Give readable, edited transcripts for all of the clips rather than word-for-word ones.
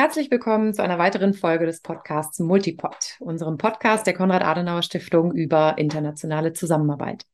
Herzlich willkommen zu einer weiteren Folge des Podcasts Multipod, unserem Podcast der Konrad-Adenauer-Stiftung über internationale Zusammenarbeit.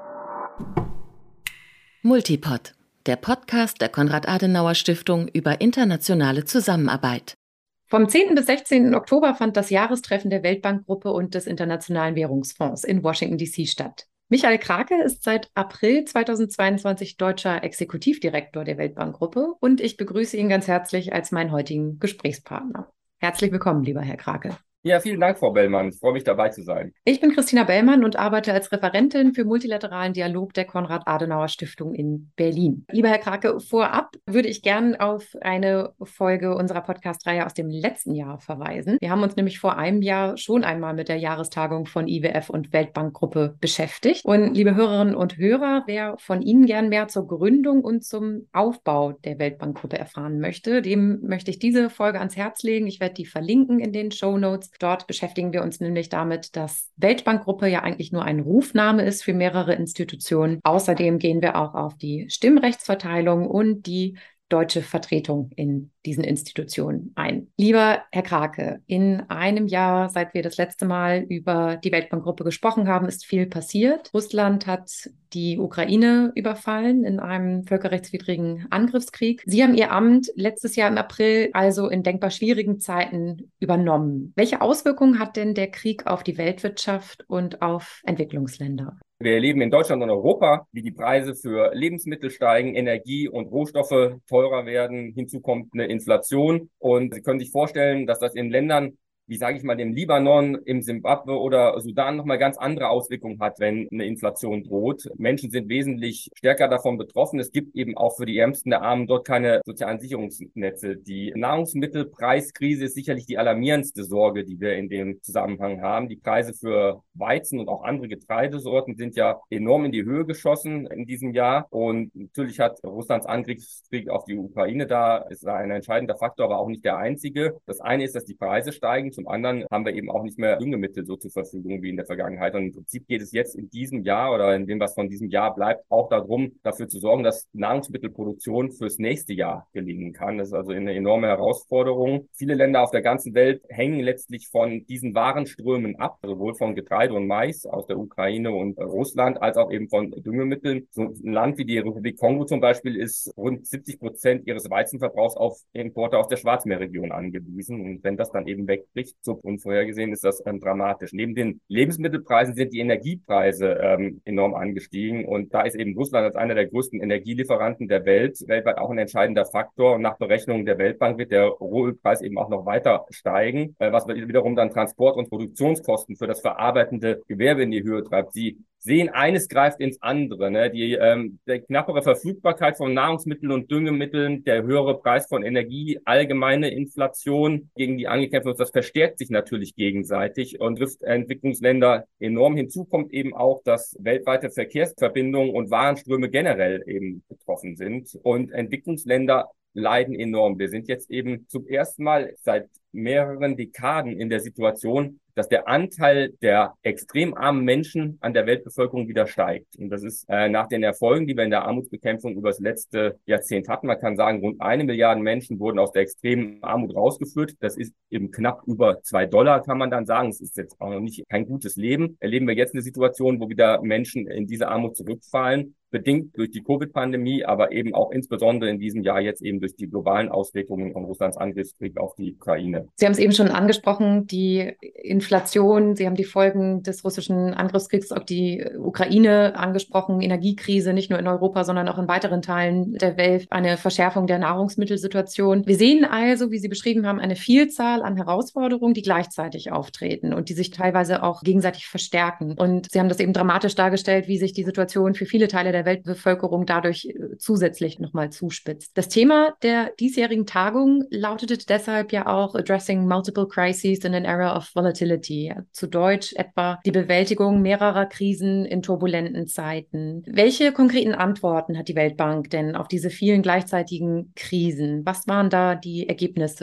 Multipod, der Podcast der Konrad-Adenauer-Stiftung über internationale Zusammenarbeit. Vom 10. bis 16. Oktober fand das Jahrestreffen der Weltbankgruppe und des Internationalen Währungsfonds in Washington, D.C. statt. Michael Krake ist seit April 2022 deutscher Exekutivdirektor der Weltbankgruppe und ich begrüße ihn ganz herzlich als meinen heutigen Gesprächspartner. Herzlich willkommen, lieber Herr Krake. Ja, vielen Dank, Frau Bellmann. Ich freue mich, dabei zu sein. Ich bin Christina Bellmann und arbeite als Referentin für multilateralen Dialog der Konrad-Adenauer-Stiftung in Berlin. Lieber Herr Krake, vorab würde ich gern auf eine Folge unserer Podcast-Reihe aus dem letzten Jahr verweisen. Wir haben uns nämlich vor einem Jahr schon einmal mit der Jahrestagung von IWF und Weltbankgruppe beschäftigt. Und liebe Hörerinnen und Hörer, wer von Ihnen gern mehr zur Gründung und zum Aufbau der Weltbankgruppe erfahren möchte, dem möchte ich diese Folge ans Herz legen. Ich werde die verlinken in den Shownotes. Dort beschäftigen wir uns nämlich damit, dass Weltbankgruppe ja eigentlich nur ein Rufname ist für mehrere Institutionen. Außerdem gehen wir auch auf die Stimmrechtsverteilung und die deutsche Vertretung in diesen Institutionen ein. Lieber Herr Krake, in einem Jahr, seit wir das letzte Mal über die Weltbankgruppe gesprochen haben, ist viel passiert. Russland hat die Ukraine überfallen in einem völkerrechtswidrigen Angriffskrieg. Sie haben Ihr Amt letztes Jahr im April also in denkbar schwierigen Zeiten übernommen. Welche Auswirkungen hat denn der Krieg auf die Weltwirtschaft und auf Entwicklungsländer? Wir erleben in Deutschland und Europa, wie die Preise für Lebensmittel steigen, Energie und Rohstoffe teurer werden. Hinzu kommt eine Inflation. Und Sie können sich vorstellen, dass das in Ländern, wie sage ich mal, dem Libanon, im Simbabwe oder Sudan nochmal ganz andere Auswirkungen hat, wenn eine Inflation droht. Menschen sind wesentlich stärker davon betroffen. Es gibt eben auch für die Ärmsten der Armen dort keine sozialen Sicherungsnetze. Die Nahrungsmittelpreiskrise ist sicherlich die alarmierendste Sorge, die wir in dem Zusammenhang haben. Die Preise für Weizen und auch andere Getreidesorten sind ja enorm in die Höhe geschossen in diesem Jahr. Und natürlich hat Russlands Angriffskrieg auf die Ukraine da, ist ein entscheidender Faktor, aber auch nicht der einzige. Das eine ist, dass die Preise steigen. Zum anderen haben wir eben auch nicht mehr Düngemittel so zur Verfügung wie in der Vergangenheit. Und im Prinzip geht es jetzt in diesem Jahr oder in dem, was von diesem Jahr bleibt, auch darum, dafür zu sorgen, dass Nahrungsmittelproduktion fürs nächste Jahr gelingen kann. Das ist also eine enorme Herausforderung. Viele Länder auf der ganzen Welt hängen letztlich von diesen Warenströmen ab, sowohl von Getreide und Mais aus der Ukraine und Russland, als auch eben von Düngemitteln. So ein Land wie die Republik Kongo zum Beispiel ist rund 70% ihres Weizenverbrauchs auf Importe aus der Schwarzmeerregion angewiesen. Und wenn das dann eben wegbricht, so unvorhergesehen, ist das dramatisch. Neben den Lebensmittelpreisen sind die Energiepreise enorm angestiegen. Und da ist eben Russland als einer der größten Energielieferanten der Welt weltweit auch ein entscheidender Faktor. Und nach Berechnungen der Weltbank wird der Rohölpreis eben auch noch weiter steigen, was wiederum dann Transport- und Produktionskosten für das verarbeitende Gewerbe in die Höhe treibt. Sie sehen, eines greift ins andere. Ne? Die knappere Verfügbarkeit von Nahrungsmitteln und Düngemitteln, der höhere Preis von Energie, allgemeine Inflation, gegen die angekämpft wird, das verstärkt sich natürlich gegenseitig und trifft Entwicklungsländer enorm. Hinzu kommt eben auch, dass weltweite Verkehrsverbindungen und Warenströme generell eben betroffen sind und Entwicklungsländer leiden enorm. Wir sind jetzt eben zum ersten Mal seit mehreren Dekaden in der Situation, dass der Anteil der extrem armen Menschen an der Weltbevölkerung wieder steigt. Und das ist nach den Erfolgen, die wir in der Armutsbekämpfung über das letzte Jahrzehnt hatten. Man kann sagen, rund 1 Milliarde Menschen wurden aus der extremen Armut rausgeführt. Das ist eben knapp über $2, kann man dann sagen. Es ist jetzt auch noch nicht kein gutes Leben. Erleben wir jetzt eine Situation, wo wieder Menschen in diese Armut zurückfallen, bedingt durch die Covid-Pandemie, aber eben auch insbesondere in diesem Jahr jetzt eben durch die globalen Auswirkungen von Russlands Angriffskrieg auf die Ukraine. Sie haben es eben schon angesprochen, die Inflation, Sie haben die Folgen des russischen Angriffskriegs auf die Ukraine angesprochen, Energiekrise, nicht nur in Europa, sondern auch in weiteren Teilen der Welt, eine Verschärfung der Nahrungsmittelsituation. Wir sehen also, wie Sie beschrieben haben, eine Vielzahl an Herausforderungen, die gleichzeitig auftreten und die sich teilweise auch gegenseitig verstärken. Und Sie haben das eben dramatisch dargestellt, wie sich die Situation für viele Teile der Weltbevölkerung dadurch zusätzlich nochmal zuspitzt. Das Thema der diesjährigen Tagung lautete deshalb ja auch Addressing Multiple Crises in an Era of Volatility. Zu Deutsch etwa die Bewältigung mehrerer Krisen in turbulenten Zeiten. Welche konkreten Antworten hat die Weltbank denn auf diese vielen gleichzeitigen Krisen? Was waren da die Ergebnisse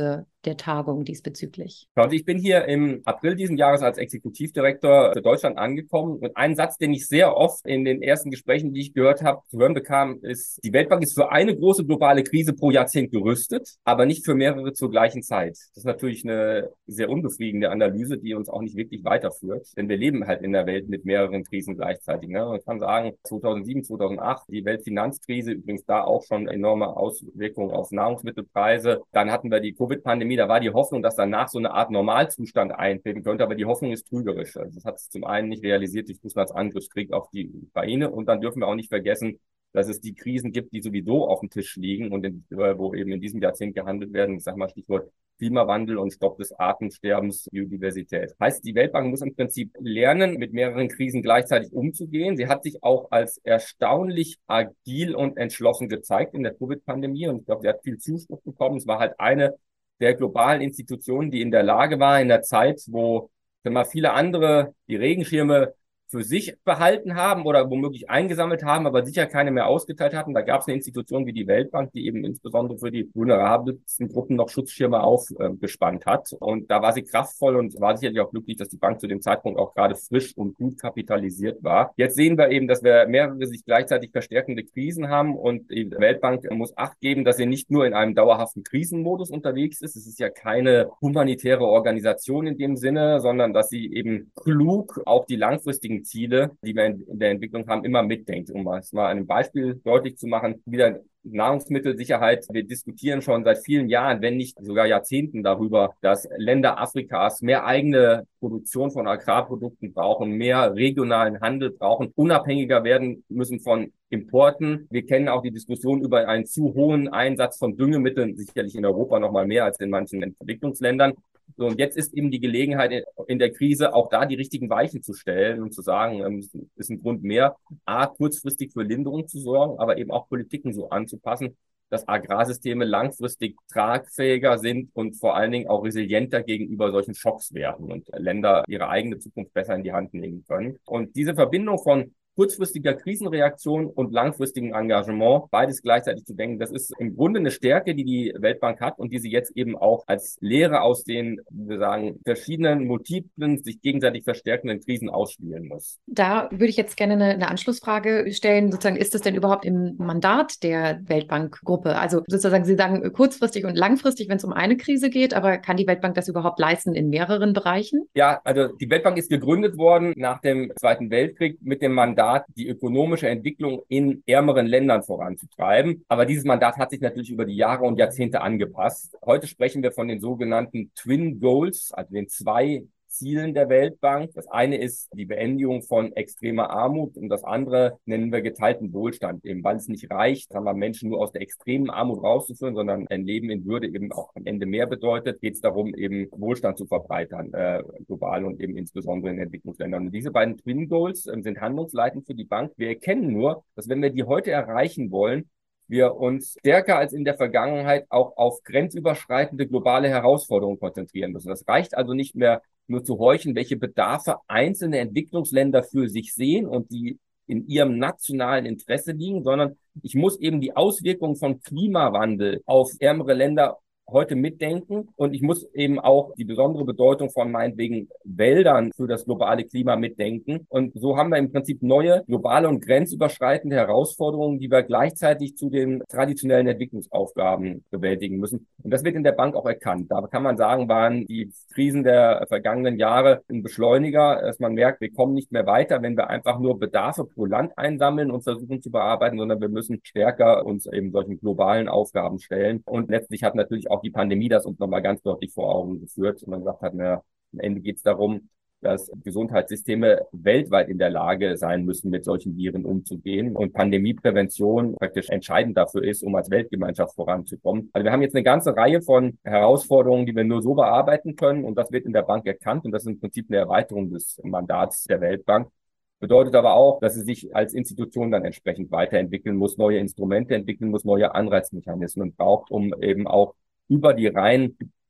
der Tagung diesbezüglich? Also ich bin hier im April diesen Jahres als Exekutivdirektor für Deutschland angekommen und ein Satz, den ich sehr oft in den ersten Gesprächen, die ich gehört habe, zu hören bekam, ist: Die Weltbank ist für eine große globale Krise pro Jahrzehnt gerüstet, aber nicht für mehrere zur gleichen Zeit. Das ist natürlich eine sehr unbefriedigende Analyse, die uns auch nicht wirklich weiterführt, denn wir leben halt in der Welt mit mehreren Krisen gleichzeitig. Ne? Man kann sagen, 2007, 2008, die Weltfinanzkrise, übrigens da auch schon enorme Auswirkungen auf Nahrungsmittelpreise. Dann hatten wir die Covid-Pandemie, da war die Hoffnung, dass danach so eine Art Normalzustand eintreten könnte, aber die Hoffnung ist trügerisch. Also das hat es zum einen nicht realisiert durch Russlands Angriffskrieg auf die Ukraine, und dann dürfen wir auch nicht vergessen, dass es die Krisen gibt, die sowieso auf dem Tisch liegen und wo eben in diesem Jahrzehnt gehandelt werden. Ich sage mal Stichwort Klimawandel und Stopp des Artensterbens, Biodiversität. Heißt, die Weltbank muss im Prinzip lernen, mit mehreren Krisen gleichzeitig umzugehen. Sie hat sich auch als erstaunlich agil und entschlossen gezeigt in der Covid-Pandemie, und ich glaube, sie hat viel Zuspruch bekommen. Es war halt eine der globalen Institutionen, die in der Lage war, in der Zeit, wo viele andere die Regenschirme für sich behalten haben oder womöglich eingesammelt haben, aber sicher keine mehr ausgeteilt hatten. Da gab es eine Institution wie die Weltbank, die eben insbesondere für die vulnerabelsten Gruppen noch Schutzschirme aufgespannt hat. Und da war sie kraftvoll und war sicherlich auch glücklich, dass die Bank zu dem Zeitpunkt auch gerade frisch und gut kapitalisiert war. Jetzt sehen wir eben, dass wir mehrere sich gleichzeitig verstärkende Krisen haben, und die Weltbank muss Acht geben, dass sie nicht nur in einem dauerhaften Krisenmodus unterwegs ist. Es ist ja keine humanitäre Organisation in dem Sinne, sondern dass sie eben klug auch die langfristigen Ziele, die wir in der Entwicklung haben, immer mitdenkt. Um es mal an einem Beispiel deutlich zu machen, wieder Nahrungsmittelsicherheit. Wir diskutieren schon seit vielen Jahren, wenn nicht sogar Jahrzehnten darüber, dass Länder Afrikas mehr eigene Produktion von Agrarprodukten brauchen, mehr regionalen Handel brauchen, unabhängiger werden müssen von Importen. Wir kennen auch die Diskussion über einen zu hohen Einsatz von Düngemitteln, sicherlich in Europa noch mal mehr als in manchen Entwicklungsländern. So, und jetzt ist eben die Gelegenheit in der Krise, auch da die richtigen Weichen zu stellen und zu sagen, es ist ein Grund mehr, kurzfristig für Linderung zu sorgen, aber eben auch Politiken so anzupassen, dass Agrarsysteme langfristig tragfähiger sind und vor allen Dingen auch resilienter gegenüber solchen Schocks werden und Länder ihre eigene Zukunft besser in die Hand nehmen können. Und diese Verbindung von kurzfristiger Krisenreaktion und langfristigem Engagement, beides gleichzeitig zu denken, das ist im Grunde eine Stärke, die die Weltbank hat und die sie jetzt eben auch als Lehre aus den, wir sagen, verschiedenen multiplen, sich gegenseitig verstärkenden Krisen ausspielen muss. Da würde ich jetzt gerne eine Anschlussfrage stellen. Sozusagen, ist das denn überhaupt im Mandat der Weltbankgruppe? Also sozusagen, Sie sagen kurzfristig und langfristig, wenn es um eine Krise geht, aber kann die Weltbank das überhaupt leisten in mehreren Bereichen? Ja, also die Weltbank ist gegründet worden nach dem Zweiten Weltkrieg mit dem Mandat, die ökonomische Entwicklung in ärmeren Ländern voranzutreiben. Aber dieses Mandat hat sich natürlich über die Jahre und Jahrzehnte angepasst. Heute sprechen wir von den sogenannten Twin Goals, also den zwei Zielen der Weltbank. Das eine ist die Beendigung von extremer Armut und das andere nennen wir geteilten Wohlstand, eben weil es nicht reicht, sagen wir, Menschen nur aus der extremen Armut rauszuführen, sondern ein Leben in Würde eben auch am Ende mehr bedeutet, geht es darum, eben Wohlstand zu verbreitern, global und eben insbesondere in Entwicklungsländern. Und diese beiden Twin Goals sind handlungsleitend für die Bank. Wir erkennen nur, dass wenn wir die heute erreichen wollen, wir uns stärker als in der Vergangenheit auch auf grenzüberschreitende globale Herausforderungen konzentrieren müssen. Das reicht also nicht mehr nur zu horchen, welche Bedarfe einzelne Entwicklungsländer für sich sehen und die in ihrem nationalen Interesse liegen, sondern ich muss eben die Auswirkungen von Klimawandel auf ärmere Länder heute mitdenken, und ich muss eben auch die besondere Bedeutung von meinetwegen Wäldern für das globale Klima mitdenken. Und so haben wir im Prinzip neue globale und grenzüberschreitende Herausforderungen, die wir gleichzeitig zu den traditionellen Entwicklungsaufgaben bewältigen müssen. Und das wird in der Bank auch erkannt. Da kann man sagen, waren die Krisen der vergangenen Jahre ein Beschleuniger, dass man merkt, wir kommen nicht mehr weiter, wenn wir einfach nur Bedarfe pro Land einsammeln und versuchen zu bearbeiten, sondern wir müssen stärker uns eben solchen globalen Aufgaben stellen. Und letztlich hat natürlich auch die Pandemie das uns nochmal ganz deutlich vor Augen geführt. Und man gesagt hat, am Ende geht es darum, dass Gesundheitssysteme weltweit in der Lage sein müssen, mit solchen Viren umzugehen und Pandemieprävention praktisch entscheidend dafür ist, um als Weltgemeinschaft voranzukommen. Also wir haben jetzt eine ganze Reihe von Herausforderungen, die wir nur so bearbeiten können, und das wird in der Bank erkannt, und das ist im Prinzip eine Erweiterung des Mandats der Weltbank. Bedeutet aber auch, dass sie sich als Institution dann entsprechend weiterentwickeln muss, neue Instrumente entwickeln muss, neue Anreizmechanismen braucht, um eben auch über die rein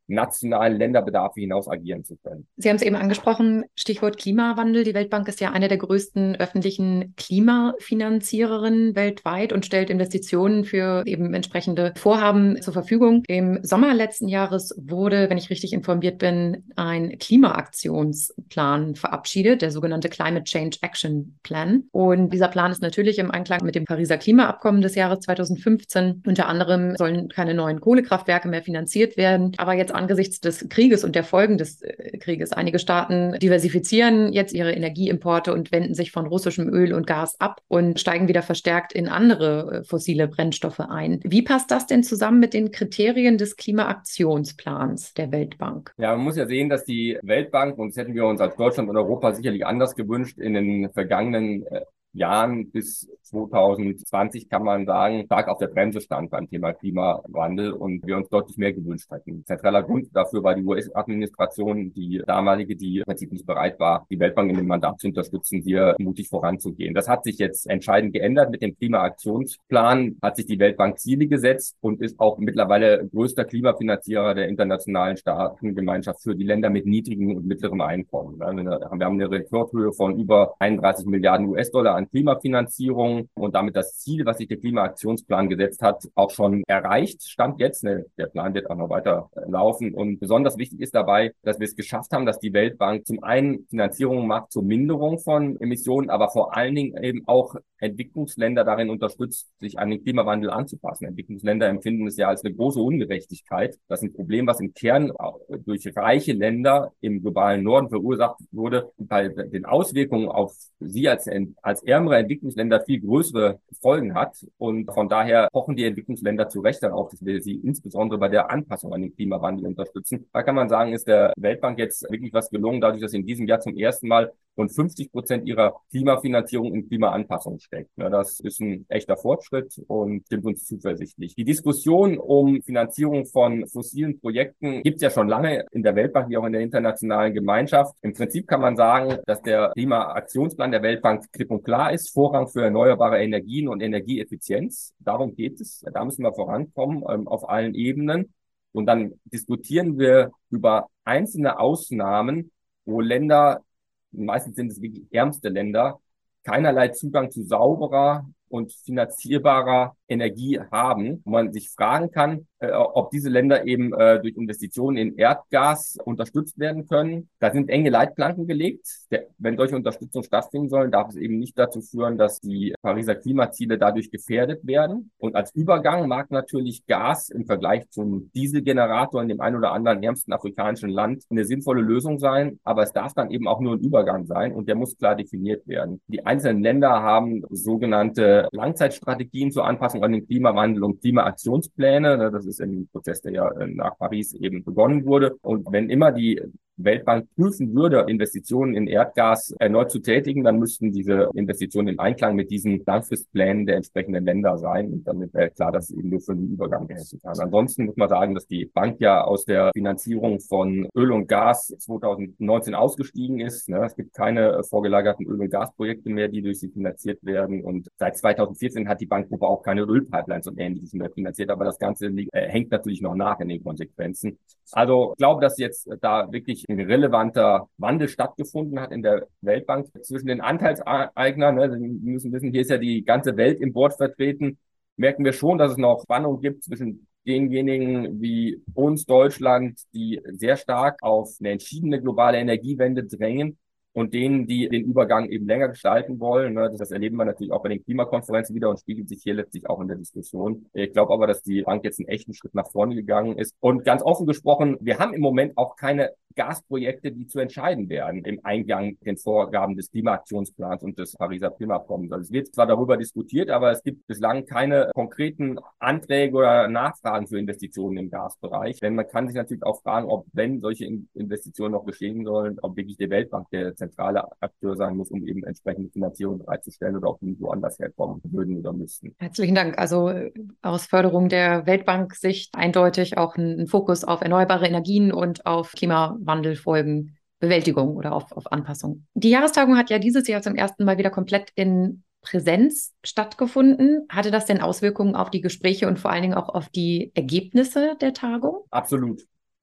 nationalen Länderbedarfe hinaus agieren zu können. Sie haben es eben angesprochen, Stichwort Klimawandel. Die Weltbank ist ja eine der größten öffentlichen Klimafinanziererinnen weltweit und stellt Investitionen für eben entsprechende Vorhaben zur Verfügung. Im Sommer letzten Jahres wurde, wenn ich richtig informiert bin, ein Klimaaktionsplan verabschiedet, der sogenannte Climate Change Action Plan. Und dieser Plan ist natürlich im Einklang mit dem Pariser Klimaabkommen des Jahres 2015. Unter anderem sollen keine neuen Kohlekraftwerke mehr finanziert werden. Aber jetzt angesichts des Krieges und der Folgen des Krieges, einige Staaten diversifizieren jetzt ihre Energieimporte und wenden sich von russischem Öl und Gas ab und steigen wieder verstärkt in andere fossile Brennstoffe ein. Wie passt das denn zusammen mit den Kriterien des Klimaaktionsplans der Weltbank? Ja, man muss ja sehen, dass die Weltbank, und das hätten wir uns als Deutschland und Europa sicherlich anders gewünscht, in den vergangenen Jahren bis 2020 kann man sagen, stark auf der Bremse stand beim Thema Klimawandel und wir uns deutlich mehr gewünscht hätten. Zentraler Grund dafür war die US-Administration, die damalige, die im Prinzip nicht bereit war, die Weltbank in dem Mandat zu unterstützen, hier mutig voranzugehen. Das hat sich jetzt entscheidend geändert. Mit dem Klimaaktionsplan hat sich die Weltbank Ziele gesetzt und ist auch mittlerweile größter Klimafinanzierer der internationalen Staatengemeinschaft für die Länder mit niedrigem und mittlerem Einkommen. Wir haben eine Rekordhöhe von über 31 Milliarden US-Dollar an Klimafinanzierung und damit das Ziel, was sich der Klimaaktionsplan gesetzt hat, auch schon erreicht. Stand jetzt, der Plan wird auch noch weiter laufen. Und besonders wichtig ist dabei, dass wir es geschafft haben, dass die Weltbank zum einen Finanzierung macht zur Minderung von Emissionen, aber vor allen Dingen eben auch Entwicklungsländer darin unterstützt, sich an den Klimawandel anzupassen. Entwicklungsländer empfinden es ja als eine große Ungerechtigkeit. Das ist ein Problem, was im Kern durch reiche Länder im globalen Norden verursacht wurde, bei den Auswirkungen auf sie als ärmere Entwicklungsländer viel größere Folgen hat. Und von daher pochen die Entwicklungsländer zu Recht darauf, dass wir sie insbesondere bei der Anpassung an den Klimawandel unterstützen. Da kann man sagen, ist der Weltbank jetzt wirklich was gelungen, dadurch, dass in diesem Jahr zum ersten Mal rund 50% ihrer Klimafinanzierung in Klimaanpassung steckt. Das ist ein echter Fortschritt und stimmt uns zuversichtlich. Die Diskussion um Finanzierung von fossilen Projekten gibt es ja schon lange in der Weltbank wie auch in der internationalen Gemeinschaft. Im Prinzip kann man sagen, dass der Klimaaktionsplan der Weltbank klipp und klar ist. Vorrang für erneuerbare Energien und Energieeffizienz. Darum geht es. Da müssen wir vorankommen auf allen Ebenen. Und dann diskutieren wir über einzelne Ausnahmen, wo Länder, meistens sind es wirklich ärmste Länder, keinerlei Zugang zu sauberer und finanzierbarer Energie haben, wo man sich fragen kann, ob diese Länder eben durch Investitionen in Erdgas unterstützt werden können. Da sind enge Leitplanken gelegt. Wenn solche Unterstützung stattfinden sollen, darf es eben nicht dazu führen, dass die Pariser Klimaziele dadurch gefährdet werden. Und als Übergang mag natürlich Gas im Vergleich zum Dieselgenerator in dem einen oder anderen ärmsten afrikanischen Land eine sinnvolle Lösung sein, aber es darf dann eben auch nur ein Übergang sein und der muss klar definiert werden. Die einzelnen Länder haben sogenannte Langzeitstrategien zur Anpassung an den Klimawandel und Klimaaktionspläne. Das ist ein Prozess, der ja nach Paris eben begonnen wurde. Und wenn immer die Weltbank prüfen würde, Investitionen in Erdgas erneut zu tätigen, dann müssten diese Investitionen im Einklang mit diesen Langfristplänen der entsprechenden Länder sein. Und damit wäre klar, dass es eben nur für einen Übergang helfen kann. Ansonsten muss man sagen, dass die Bank ja aus der Finanzierung von Öl und Gas 2019 ausgestiegen ist. Es gibt keine vorgelagerten Öl- und Gasprojekte mehr, die durch sie finanziert werden. Und seit 2014 hat die Bankgruppe auch keine Ölpipelines und Ähnliches mehr finanziert. Aber das Ganze hängt natürlich noch nach in den Konsequenzen. Also ich glaube, dass jetzt da wirklich ein relevanter Wandel stattgefunden hat in der Weltbank zwischen den Anteilseignern. Sie müssen wissen, hier ist ja die ganze Welt im Board vertreten. Merken wir schon, dass es noch Spannung gibt zwischen denjenigen wie uns, Deutschland, die sehr stark auf eine entschiedene globale Energiewende drängen und denen, die den Übergang eben länger gestalten wollen. Das erleben wir natürlich auch bei den Klimakonferenzen wieder und spiegelt sich hier letztlich auch in der Diskussion. Ich glaube aber, dass die Bank jetzt einen echten Schritt nach vorne gegangen ist. Und ganz offen gesprochen, wir haben im Moment auch keine Gasprojekte, die zu entscheiden werden im Eingang mit den Vorgaben des Klimaaktionsplans und des Pariser Klimaabkommens. Also es wird zwar darüber diskutiert, aber es gibt bislang keine konkreten Anträge oder Nachfragen für Investitionen im Gasbereich. Denn man kann sich natürlich auch fragen, ob, wenn solche Investitionen noch geschehen sollen, ob wirklich die Weltbank der zentrale Akteur sein muss, um eben entsprechende Finanzierung bereitzustellen oder ob die woanders herkommen würden oder müssten. Herzlichen Dank. Also aus Förderung der Weltbank-Sicht eindeutig auch ein Fokus auf erneuerbare Energien und auf Klimawandelfolgen, Bewältigung oder auf Anpassung. Die Jahrestagung hat ja dieses Jahr zum ersten Mal wieder komplett in Präsenz stattgefunden. Hatte das denn Auswirkungen auf die Gespräche und vor allen Dingen auch auf die Ergebnisse der Tagung? Absolut.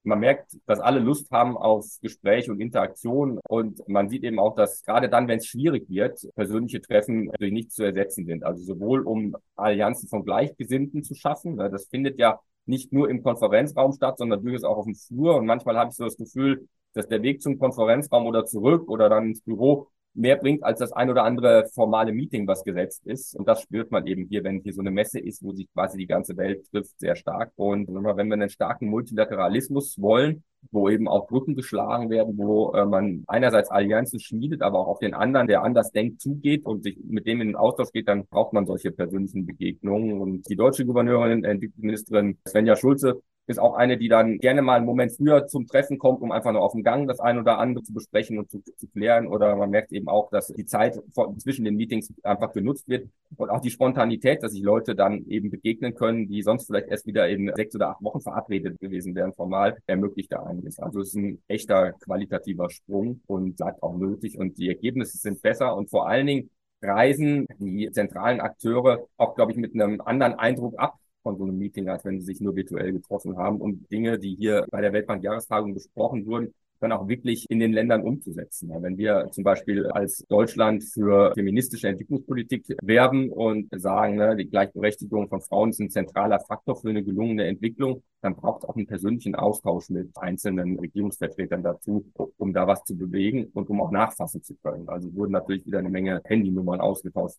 Man merkt, dass alle Lust haben auf Gespräch und Interaktion und man sieht eben auch, dass gerade dann, wenn es schwierig wird, persönliche Treffen durch nichts zu ersetzen sind. Also sowohl um Allianzen von Gleichgesinnten zu schaffen, das findet ja nicht nur im Konferenzraum statt, sondern durchaus auch auf dem Flur. Und manchmal habe ich so das Gefühl, dass der Weg zum Konferenzraum oder zurück oder dann ins Büro mehr bringt als das ein oder andere formale Meeting, was gesetzt ist. Und das spürt man eben hier, wenn hier so eine Messe ist, wo sich quasi die ganze Welt trifft, sehr stark. Und wenn wir einen starken Multilateralismus wollen, wo eben auch Brücken geschlagen werden, wo man einerseits Allianzen schmiedet, aber auch auf den anderen, der anders denkt, zugeht und sich mit dem in den Austausch geht, dann braucht man solche persönlichen Begegnungen. Und die deutsche Gouverneurin, Entwicklungsministerin Svenja Schulze, ist auch eine, die dann gerne mal einen Moment früher zum Treffen kommt, um einfach nur auf dem Gang das ein oder andere zu besprechen und zu klären. Oder man merkt eben auch, dass die Zeit zwischen den Meetings einfach genutzt wird und auch die Spontanität, dass sich Leute dann eben begegnen können, die sonst vielleicht erst wieder in 6 oder 8 Wochen verabredet gewesen wären, formal, ermöglicht da einiges. Also es ist ein echter qualitativer Sprung und bleibt auch nötig und die Ergebnisse sind besser und vor allen Dingen reisen die zentralen Akteure auch, glaube ich, mit einem anderen Eindruck ab von so einem Meeting, als wenn sie sich nur virtuell getroffen haben, um Dinge, die hier bei der Weltbank-Jahrestagung besprochen wurden, dann auch wirklich in den Ländern umzusetzen. Ja, wenn wir zum Beispiel als Deutschland für feministische Entwicklungspolitik werben und sagen, ne, die Gleichberechtigung von Frauen ist ein zentraler Faktor für eine gelungene Entwicklung, dann braucht es auch einen persönlichen Austausch mit einzelnen Regierungsvertretern dazu, um da was zu bewegen und um auch nachfassen zu können. Also wurden natürlich wieder eine Menge Handynummern ausgetauscht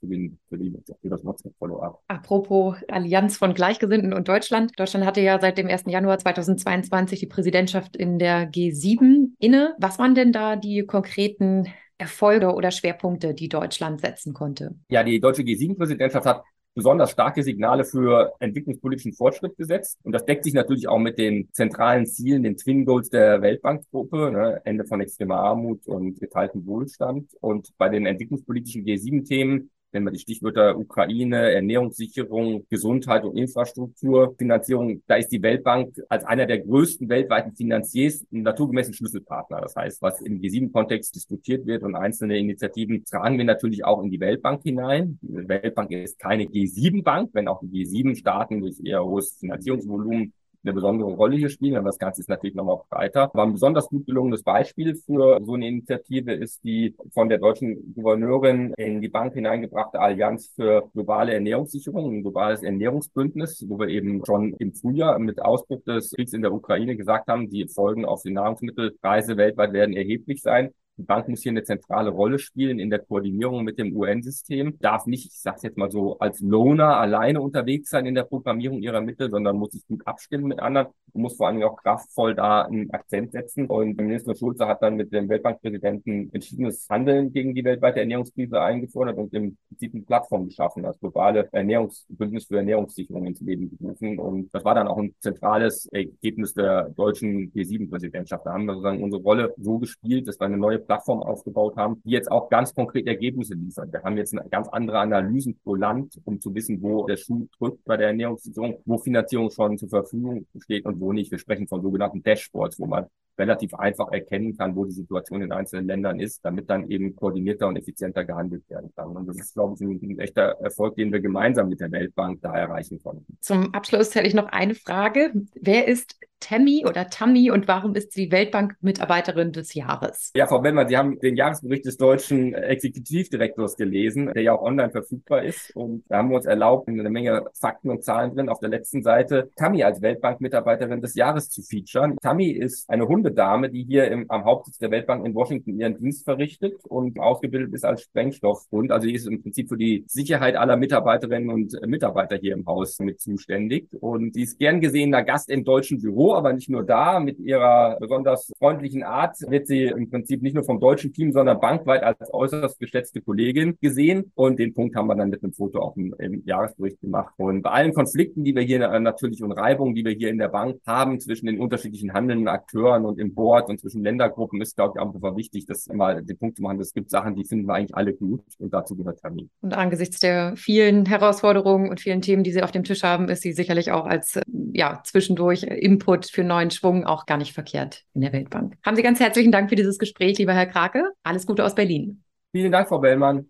für das WhatsApp-Follow-up. Apropos Allianz von Gleichgesinnten und Deutschland. Deutschland hatte ja seit dem 1. Januar 2022 die Präsidentschaft in der G7 inne. Was waren denn da die konkreten Erfolge oder Schwerpunkte, die Deutschland setzen konnte? Ja, die deutsche G7-Präsidentschaft hat besonders starke Signale für entwicklungspolitischen Fortschritt gesetzt. Und das deckt sich natürlich auch mit den zentralen Zielen, den Twin Goals der Weltbankgruppe, ne, Ende von extremer Armut und geteiltem Wohlstand. Und bei den entwicklungspolitischen G7-Themen, wenn man die Stichwörter Ukraine, Ernährungssicherung, Gesundheit und Infrastruktur, Finanzierung, da ist die Weltbank als einer der größten weltweiten Finanziers ein naturgemäßen Schlüsselpartner. Das heißt, was im G7-Kontext diskutiert wird und einzelne Initiativen tragen wir natürlich auch in die Weltbank hinein. Die Weltbank ist keine G7-Bank, wenn auch die G7-Staaten durch ihr hohes Finanzierungsvolumen eine besondere Rolle hier spielen, aber das Ganze ist natürlich nochmal breiter. Aber ein besonders gut gelungenes Beispiel für so eine Initiative ist die von der deutschen Gouverneurin in die Bank hineingebrachte Allianz für globale Ernährungssicherung, ein globales Ernährungsbündnis, wo wir eben schon im Frühjahr mit Ausbruch des Kriegs in der Ukraine gesagt haben, die Folgen auf die Nahrungsmittelpreise weltweit werden erheblich sein. Die Bank muss hier eine zentrale Rolle spielen in der Koordinierung mit dem UN-System, darf nicht, ich sage es jetzt mal so, als Loner alleine unterwegs sein in der Programmierung ihrer Mittel, sondern muss sich gut abstimmen mit anderen und muss vor allem auch kraftvoll da einen Akzent setzen. Und Minister Schulze hat dann mit dem Weltbankpräsidenten entschiedenes Handeln gegen die weltweite Ernährungskrise eingefordert und im Prinzip eine Plattform geschaffen, das globale Ernährungsbündnis für Ernährungssicherung ins Leben gerufen. Und das war dann auch ein zentrales Ergebnis der deutschen G7-Präsidentschaft. Da haben wir sozusagen unsere Rolle so gespielt, dass wir eine neue Plattform aufgebaut haben, die jetzt auch ganz konkret Ergebnisse liefert. Wir haben jetzt eine ganz andere Analysen pro Land, um zu wissen, wo der Schuh drückt bei der Ernährungssicherung, wo Finanzierung schon zur Verfügung steht und wo nicht. Wir sprechen von sogenannten Dashboards, wo man relativ einfach erkennen kann, wo die Situation in einzelnen Ländern ist, damit dann eben koordinierter und effizienter gehandelt werden kann. Und das ist, glaube ich, ein echter Erfolg, den wir gemeinsam mit der Weltbank da erreichen konnten. Zum Abschluss hätte ich noch eine Frage. Wer ist Tammy und warum ist sie Weltbank-Mitarbeiterin des Jahres? Ja, Frau Bellmann, Sie haben den Jahresbericht des deutschen Exekutivdirektors gelesen, der ja auch online verfügbar ist. Und da haben wir uns erlaubt, eine Menge Fakten und Zahlen drin, auf der letzten Seite Tammy als Weltbank-Mitarbeiterin des Jahres zu featuren. Tammy ist eine Hundedame, die hier am Hauptsitz der Weltbank in Washington ihren Dienst verrichtet und ausgebildet ist als Sprengstoffhund. Also die ist im Prinzip für die Sicherheit aller Mitarbeiterinnen und Mitarbeiter hier im Haus mit zuständig. Und die ist gern gesehener Gast im deutschen Büro, aber nicht nur da. Mit ihrer besonders freundlichen Art wird sie im Prinzip nicht nur vom deutschen Team, sondern bankweit als äußerst geschätzte Kollegin gesehen. Und den Punkt haben wir dann mit einem Foto auch im Jahresbericht gemacht. Und bei allen Konflikten, die wir hier natürlich und Reibungen, die wir hier in der Bank haben zwischen den unterschiedlichen handelnden Akteuren und im Board und zwischen Ländergruppen, ist, glaube ich, auch wichtig, das mal den Punkt zu machen. Es gibt Sachen, die finden wir eigentlich alle gut und dazu gehört Tammy. Und angesichts der vielen Herausforderungen und vielen Themen, die Sie auf dem Tisch haben, ist sie sicherlich auch als zwischendurch Input für neuen Schwung auch gar nicht verkehrt in der Weltbank. Haben Sie ganz herzlichen Dank für dieses Gespräch, lieber Herr Krake. Alles Gute aus Berlin. Vielen Dank, Frau Bellmann.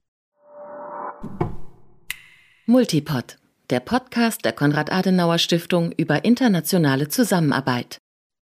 Multipod, der Podcast der Konrad-Adenauer-Stiftung über internationale Zusammenarbeit.